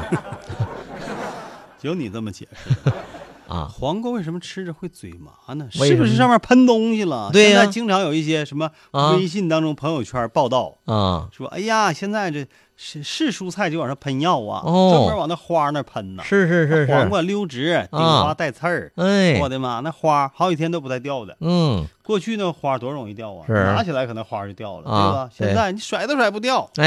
只有你这么解释。 啊， 黄瓜为什么吃着会嘴麻呢？ 为什么是不是上面喷东西了？ 对呀现在经常有一些什么啊微信当中朋友圈报道， 啊， 说哎呀，现在这是是蔬菜就往上喷药啊， 哦专门往那花那喷呐。 是是是是， 黄瓜溜直，顶花带刺儿。 哎， 我的妈，那花好几天都不带掉的。 嗯， 过去那花多容易掉啊， 是拿起来可能花就掉了， 啊对吧？ 对现在你甩都甩不掉。 哎，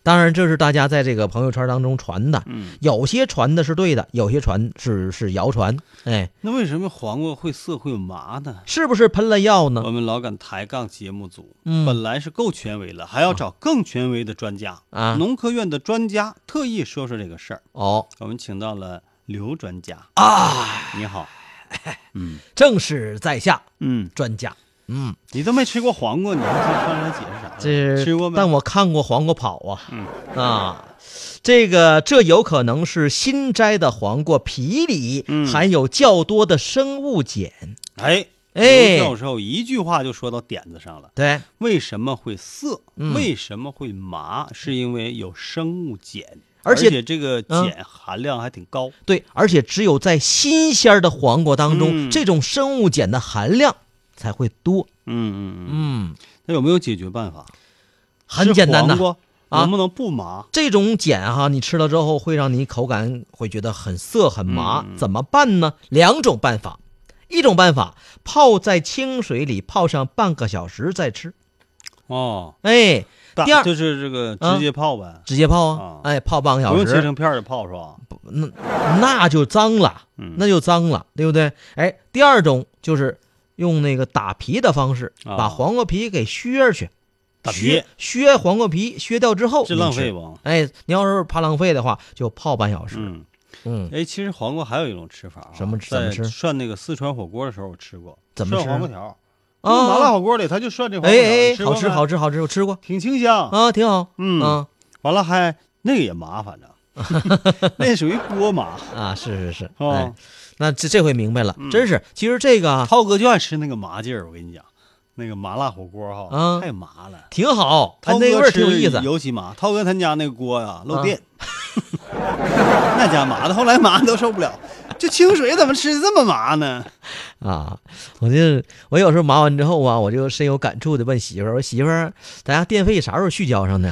当然这是大家在这个朋友圈当中传的， 嗯， 有些传的是对的，有些传是是谣传。哎， 那为什么黄瓜会涩会麻呢？ 是不是喷了药呢？ 我们老梗抬杠节目组、 嗯本来是够权威了，还要找更权威的专家啊农科院的专家特意说说这个事儿。 哦我们请到了刘专家啊， 你好。嗯正是在下嗯， 专家。嗯， 你都没吃过黄瓜，你还上来解释啥？ 这吃过没？ 但我看过黄瓜跑啊。 嗯啊，这个这有可能是新摘的黄瓜皮里嗯含有较多的生物碱。 哎哎刘教授一句话就说到点子上了。 对， 为什么会涩？ 嗯为什么会麻？是因为有生物碱， 而且且这个碱含量还挺高。 对，而且只有在新鲜的黄瓜当中， 嗯这种生物碱的含量才会多。 嗯嗯嗯。 嗯， 那有没有解决办法？ 很简单的吃黄瓜啊能不能不麻？ 这种碱哈，你吃了之后会让你口感会觉得很涩很麻， 嗯怎么办呢？两种办法，一种办法泡在清水里泡上半个小时再吃。 哦， 哎， 大第二就是这个直接泡呗， 直接泡啊， 啊哎，泡半个不用切小时， 成片儿的泡是吧？ 那那就脏了， 嗯那就脏了，对不对？哎，第二种就是用那个打皮的方式， 啊把黄瓜皮给削去， 打皮削削黄瓜皮，削掉之后这浪你吃费不？ 哎，你要是怕浪费的话，就泡半小时。 嗯， 嗯， 哎，其实黄瓜还有一种吃法啊， 什么怎么吃在涮那个四川火锅的时候我吃过， 怎么吃涮黄瓜条？ 啊麻辣火锅里他就涮这黄瓜条， 哎哎，好吃好吃， 吃好吃，我吃过挺清香。 啊，挺好。 嗯啊完了还那个也麻烦着，那属于锅麻。 啊，是是是， 哦哎，那这这回明白了， 嗯真是，其实这个啊涛哥就爱吃那个麻劲儿，我跟你讲，那个麻辣火锅哈， 啊太麻了。 挺好，哎涛哥那个味儿挺有吃意思。 尤其麻。涛哥他家那个锅呀漏啊电，那家麻的，后来麻的都受不了。这清水怎么吃这么麻呢？ 啊，我就我有时候麻完之后啊，我就深有感触的问媳妇儿：“我媳妇儿，咱家电费啥时候续交上呢？”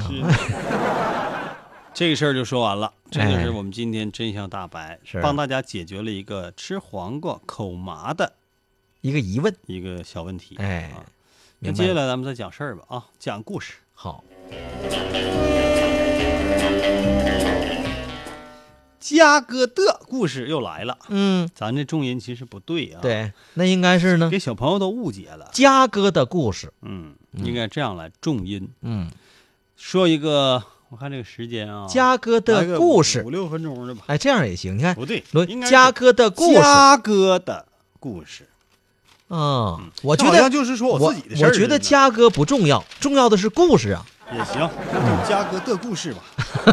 这个事儿就说完了，这就哎是我们今天真相大白， 是帮大家解决了一个吃黄瓜口麻的一个疑问， 一个小问题。 哎啊，那接下明白了。 来咱们再讲事儿吧啊，讲故事。 好， 嘉哥的故事又来了， 嗯， 咱这重音其实不对啊，， 对，那应该是呢， 给小朋友都误解了。 嘉哥的故事， 嗯，应该这样来，重音嗯， 说一个，我看这个时间啊， 嘉哥来个的故事五，六分钟的吧？ 哎，这样也行。你看， 不对， 罗应该是嘉哥的故事嘉哥的故事。 啊，我觉这好像得就是说我自己的事儿我觉得似的嘉哥不重要，重要的是故事啊。 也行，嘉哥的故事吧。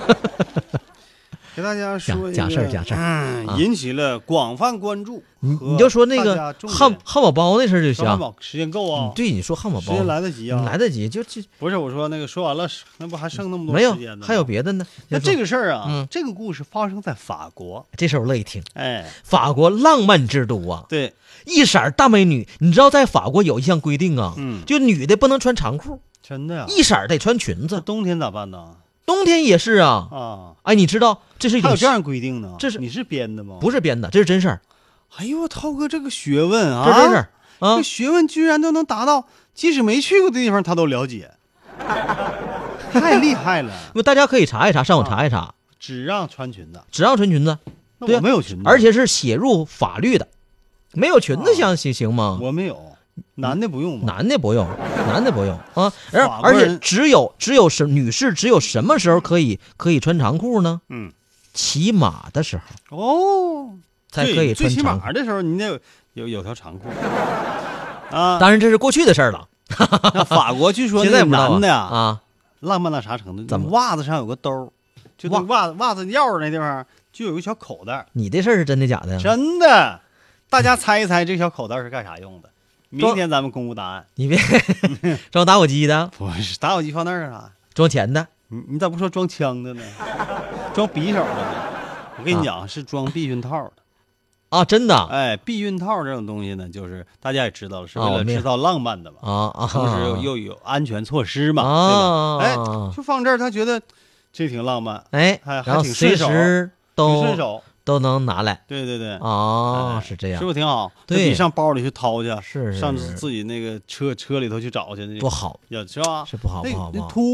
给大家说一个讲讲事儿讲事儿嗯， 啊引起了广泛关注。 你你就说那大个家重点汉汉堡包那事儿就行说。汉堡时间够啊嗯，对，你说汉堡时包间来得及啊， 来得及，就就不是我说那个说完了，那不还剩那么多没有时间呢吗？ 还有别的呢。 那先说这个事儿啊， 嗯这个故事发生在法国。 这事儿我乐意听。 哎， 法国浪漫之都啊， 对， 一色儿大美女。你知道在法国有一项规定啊， 嗯， 就女的不能穿长裤， 真的呀。 一色儿得穿裙那子。 冬天咋办呢？ 冬天也是啊。 啊， 哎，你知道这是一种还有这样规定呢？ 这是你是编的吗？ 不是编的，这是真事儿， 哎呦，涛哥这个学问啊， 这是真事儿啊这。学问居然都能达到，即使没去过的地方他都了解，太厉害了！ 那大家可以查一查，上网查一查， 只让穿裙子， 只让穿裙子， 那对啊我没有裙子， 而且是写入法律的，没有裙子啊行行行吗？ 我没有，男的不用吗？ 男的不用，男的不用啊，而而法国人且只有只有什女士只有什么时候可以可以穿长裤呢？ 嗯， 骑马的时候哦， 才可以对最起穿长裤。 码的时候，你得有有有条长裤啊。 当然这是过去的事儿了， 那法国据说那个现在不知道男的呀， 啊， 浪漫到啥程度？ 怎么袜子上有个兜儿，就那袜子袜子钥那地方就有个小口袋儿， 你这事儿是真的假的？ 真的。大家猜一猜，这小口袋儿是干啥用的？明天咱们公布答案。 你别装打火机的， 不是打火机放那儿干啥？ 装钱的， 你你咋不说装枪的呢？装匕首的呢？我跟你讲，是装避孕套的。 啊，真的啊哎，避孕套这种东西呢，就是大家也知道了，是啊我明为了制造浪漫的嘛， 啊， 同时又又有安全措施嘛， 啊对吧？哎，就放这儿，他觉得这挺浪漫， 哎， 还然后还挺顺手， 随时挺都顺手。 都能拿来对对对， 啊， 哎是这样是，不是挺好？ 对这比上包里去掏去， 是是上是自己那个车车里头去找去， 不好， 也是吧？ 是不好那那不好不好突兀，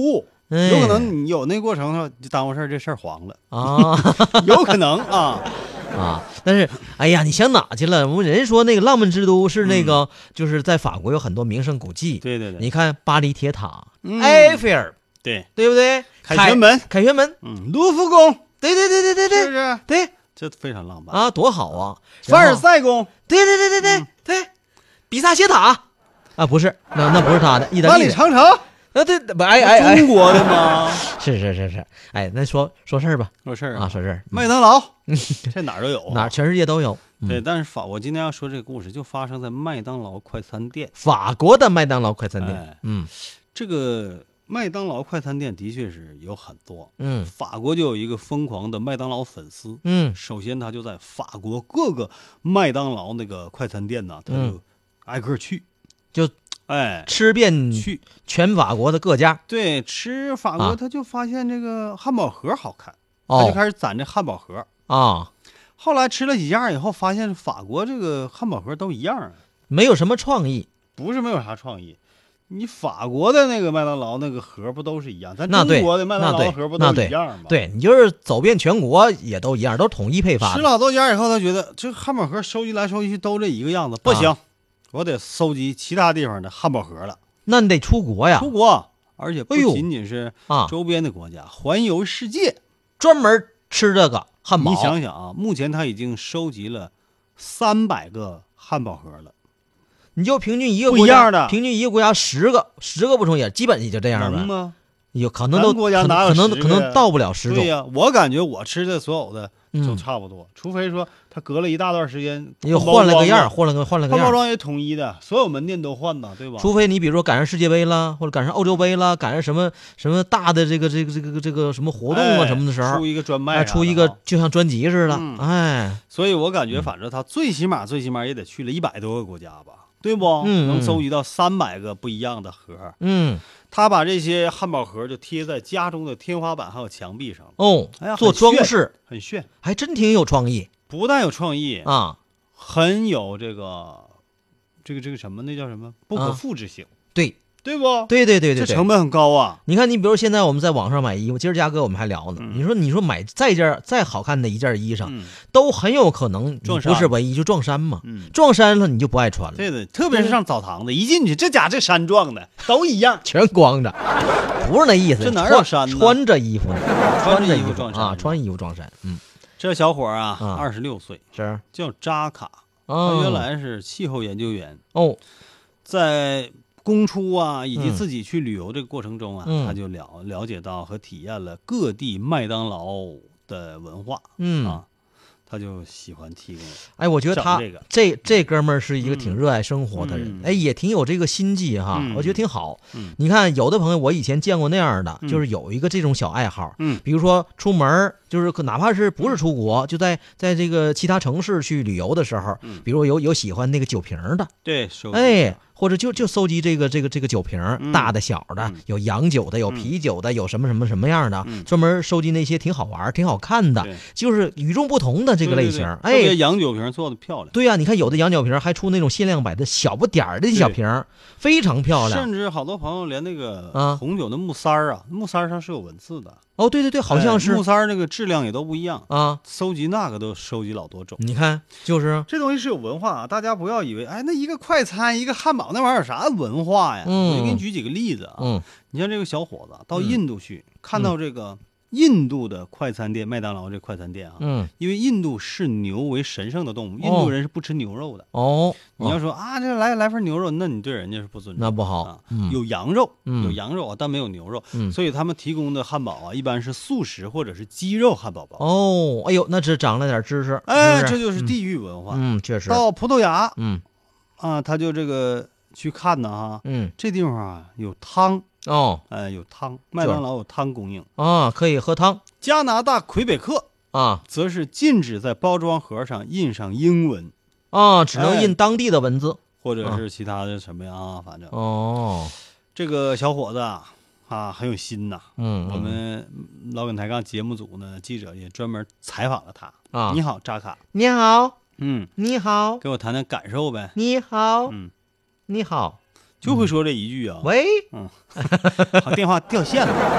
哎有可能你有那过程的话，就耽误事儿，这事儿黄了， 啊有可能啊。 啊！但是，哎呀，你想哪去了？我人说那个浪漫之都是那个，就是在法国有很多名胜古迹。 对对对， 你看巴黎铁塔、 嗯埃菲尔， 对， 对不对？ 凯旋门凯旋门， 嗯，卢浮宫， 对对对对对对是不是？ 对这非常浪漫。 啊，多好啊！ 凡尔然后， 赛宫， 对对对对对对，比萨斜塔啊，不是，那那不是他的，意大万利的。 里长城， 啊，对，不，哎哎哎， 中国的吗？ 是是是是，哎，那说说事儿吧， 说事儿啊，说事儿， 麦当劳，这哪儿都有啊， 哪儿全世界都有。嗯对，但是法，我今天要说这个故事就发生在麦当劳快餐店。 法国的麦当劳快餐店哎， 嗯这个麦当劳快餐店的确是有很多， 嗯法国就有一个疯狂的麦当劳粉丝。 嗯首先，他就在法国各个麦当劳那个快餐店呢，他就嗯挨个去， 就哎吃遍去， 全法国的各家。 对，吃法啊国他就发现这个汉堡盒好看，他就哦开始攒这汉堡盒。 啊， 后来吃了几家以后，发现法国这个汉堡盒都一样， 没有什么创意。 不是没有啥创意。你法国的那个麦当劳那个盒不都是一样？咱那对中国的麦当那对劳盒不那对都一样吗？， 对你就是走遍全国也都一样，都是统一配发的。 吃了好多家以后，他觉得这汉堡盒收集来收集去都这一个样子，不行， 啊我得收集其他地方的汉堡盒了。 那你得出国呀出，国，而且不哎呦仅仅是啊， 周边的国家，环游世界。 专门吃这个汉堡。 你想想啊，目前他已经收集了三百个汉堡盒了， 你就平均一个不国家一样的平均一个国家十个，十个不充也基本也就这样呗。 能吗？ 有可能都咱国家可能哪有可能可十个呀能到不了十种对。呀、我感觉我吃的所有的都嗯， 差不多，除非说他隔了一大段时间又换了个样儿， 儿， 换了个换了个样儿。 汉堡装也统一的，所有门店都换呐，对吧？ 除非你比如说赶上世界杯了，或者赶上欧洲杯了，赶上什么什么大的这个这个这个这个什么活动啊哎什么的时候出，一个专卖哎， 啥的啊， 出一个就像专辑似的， 嗯哎， 所以我感觉反正他最起码最起码也得去了一百多个国家吧，对不？ 嗯能收集到三百个不一样的盒。 嗯， 他把这些汉堡盒就贴在家中的天花板还有墙壁上， 哦哎呀， 做很炫装饰很炫， 还真挺有创意不但有创意， 啊。 很有这个这个这个什么，那叫什么不可啊复制性， 对对不？ 对对对对对， 这成本很高啊。 你看，你比如现在我们在网上买衣服，今儿嘉哥我们还聊呢。 嗯你说，你说买再件再好看的一件衣裳， 嗯都很有可能你撞衫不是唯一就撞衫嘛， 嗯， 撞衫了你就不爱穿了， 对的，特别是上澡堂子，一进去这家这山撞的都一样， 全光着，不是那意思。 这哪有穿衫呢穿着衣服呢， 穿着着服衣服撞衫啊，穿衣服撞衫，嗯， 这小伙儿啊， 啊二十六岁， 是叫扎卡，他啊， 原来是气候研究员， 哦， 在公出啊以及嗯自己去旅游这个过程中啊， 嗯他就了了解到和体验了各地麦当劳的文化， 嗯啊，他就喜欢提供。 哎，我觉得他整这个这这哥们儿是一个挺热爱生活的人， 嗯哎，也挺有这个心计哈， 嗯我觉得挺好。 嗯你看，有的朋友我以前见过那样的， 嗯就是有一个这种小爱好， 嗯比如说出门儿，就是可哪怕是不是出国，就在在这个其他城市去旅游的时候， 嗯比如有有喜欢那个酒瓶儿的， 对，收集哎，或者就就搜集这个这个这个酒瓶儿， 嗯大的小的嗯， 有洋酒的，有嗯啤酒的，有什么什么什么样的， 嗯专门收集那些挺好玩儿、挺好看的对， 就是与众不同的这个类型。 对对对特别哎， 洋酒瓶做的漂亮， 对呀、你看有的洋酒瓶儿还出那种限量版的小不点儿的小瓶儿，非常漂亮。 甚至好多朋友连那个啊红酒的木塞儿啊，木塞儿上是有文字的， 哦，对对对，好像哎是木塞儿那个质量也都不一样， 啊。 收集那个都收集老多种。 你看，就是这东西是有文化啊，大家不要以为，哎，那一个快餐，一个汉堡，那玩意儿有啥文化呀？ 嗯我就给你举几个例子啊。 嗯你像这个小伙子到嗯印度去，看到这个印度的快餐店，麦当劳这快餐店啊， 嗯因为印度视牛为神圣的动物，印哦度人是不吃牛肉的。 哦， 你要哦说啊，这来来份牛肉，那你对人家是不尊重， 那不好啊。 嗯有羊肉， 嗯有羊肉啊，但没有牛肉， 嗯所以他们提供的汉堡啊，一般是素食或者是鸡肉汉堡包。 哦，哎呦，那这长了点知识， 哎， 是不是这就是地域文化。 嗯，确实， 到葡萄牙嗯啊，他就这个去看呢哈， 嗯这地方啊有汤， 哦哎，有汤，麦当劳有汤供应。 啊，可以喝汤加拿大魁北克啊则是禁止在包装盒上印上英文啊，只能哎印当地的文字或者是其他的什么呀，啊反正哦， 这个小伙子啊啊很有心呐。 嗯， 我们老梗抬杠节目组呢，记者也专门采访了他。 啊， 你好，扎卡， 你好， 嗯， 你好， 给我谈谈感受呗。 你好， 嗯， 你好， 就会说这一句啊。 喂， 好，电话掉线了。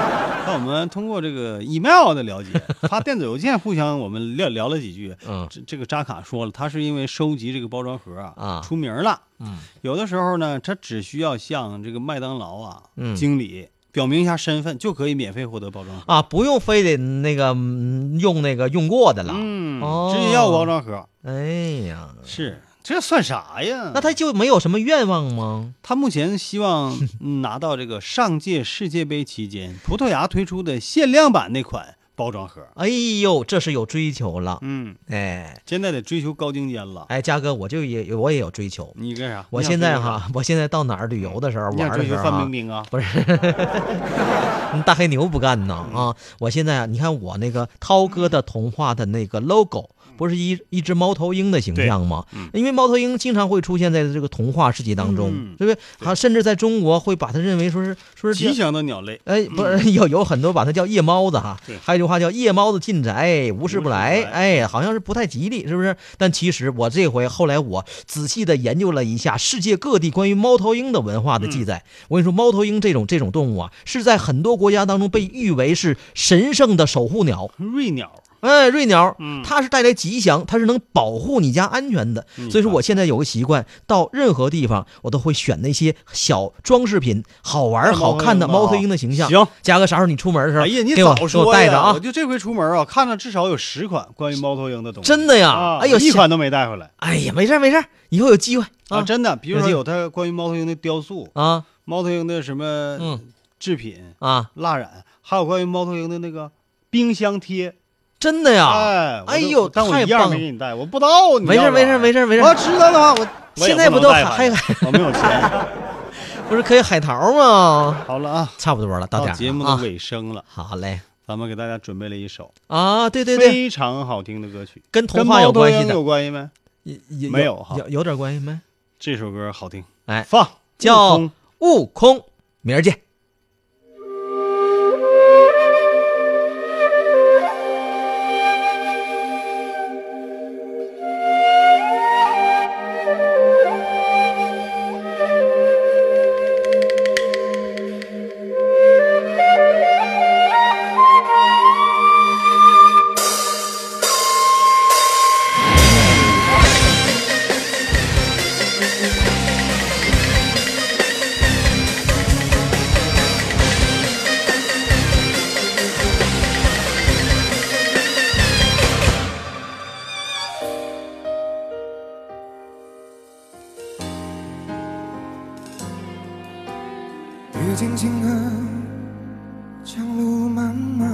那我们通过这个 email 的了解，发电子邮件互相我们聊聊了几句。 嗯， 这这个扎卡说了，他是因为收集这个包装盒啊， 啊出名了。 嗯， 有的时候呢，他只需要向这个麦当劳啊、 嗯经理表明一下身份，就可以免费获得包装盒啊，不用非得那个嗯用那个用过的了。 嗯， 哦直接要包装盒。 哎呀， 是。这算啥呀？ 那他就没有什么愿望吗？ 他目前希望拿到这个上届世界杯期间葡萄牙推出的限量版那款包装盒。 哎呦，这是有追求了。 嗯， 哎， 现在得追求高精尖了。 哎，嘉哥，我就也我也有追求。 你干啥？ 我现在哈，我现在到哪儿旅游的时候，玩的时候， 范冰冰啊， 不是，大黑牛不干呢啊！我现在啊，你看我那个涛哥的童话的那个 logo。不是一一只猫头鹰的形象吗？ 嗯、 因为猫头鹰经常会出现在这个童话世界当中，嗯、对不对？还甚至在中国会把它认为说是说是吉祥的鸟类。 哎，不是有有很多把它叫夜猫子哈，还有一句话叫夜猫子进宅无事不来，哎，好像是不太吉利，是不是？但其实我这回后来我仔细的研究了一下世界各地关于猫头鹰的文化的记载，嗯、我跟你说，猫头鹰这种这种动物啊，是在很多国家当中被誉为是神圣的守护鸟， 瑞鸟。 哎，瑞鸟， 嗯， 它是带来吉祥，它是能保护你家安全的。 嗯、 所以说，我现在有个习惯，到任何地方我都会选那些小装饰品、好玩、好看的猫头鹰的形象。 行， 嘉哥，啥时候你出门的时候， 哎呀，你给我早说给我带着啊！ 我就这回出门啊，看了至少有十款关于猫头鹰的东西。 真的呀？ 啊、 哎呦， 一款都没带回来。 哎呀，没事没事，以后有机会 啊, 啊！真的，比如说有它关于猫头鹰的雕塑啊， 猫头鹰的什么嗯制品啊， 蜡染，还有关于猫头鹰的那个冰箱贴。 真的呀！ 哎， 哎呦， 但我一样没给你带，我不知道你。 没事没事没事没事。 我要知道的话，我现在不都海海，我没有钱， 不是可以海淘吗？ 好了啊， 差不多了，到点到节目的尾声了。 好嘞， 咱们给大家准备了一首啊，对对对， 非常好听的歌曲， 跟童话有关系的， 有关系没？没有哈， 有有点关系没？ 这首歌好听， 哎， 放叫《悟空》，明儿见。 遇见清河，江路漫漫，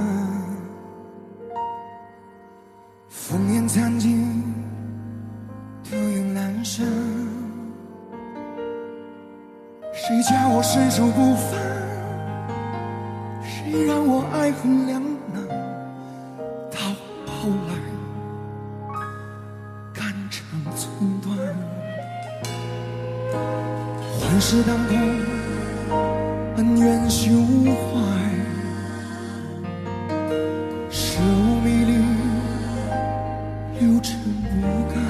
烽烟残尽，流云阑珊。谁叫我身手不凡？谁让我爱恨两难？到后来，肝肠寸断，幻世当空。恩怨休怀，事物迷离，流尘不改。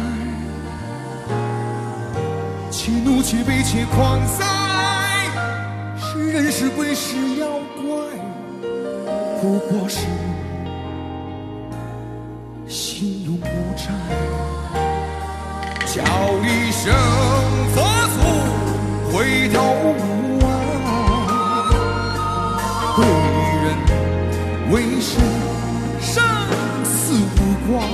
且怒且悲且狂哉，是人是鬼是妖怪，不过是心有无债。叫一声佛祖，回头无岸。为人为神，生死无关。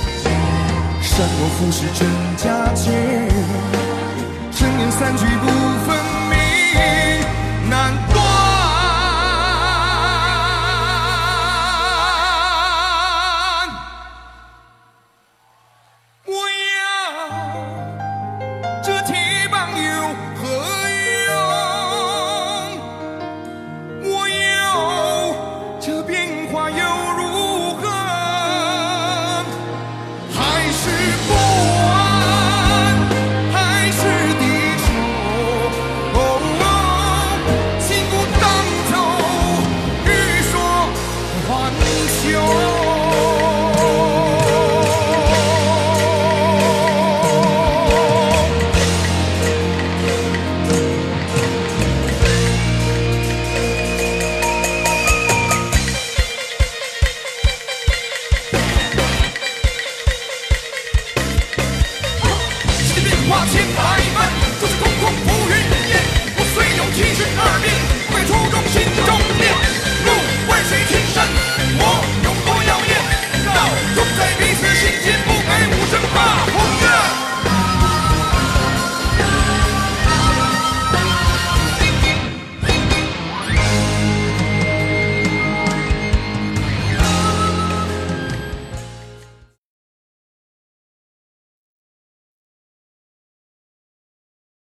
善恶浮世真假界，真言三句不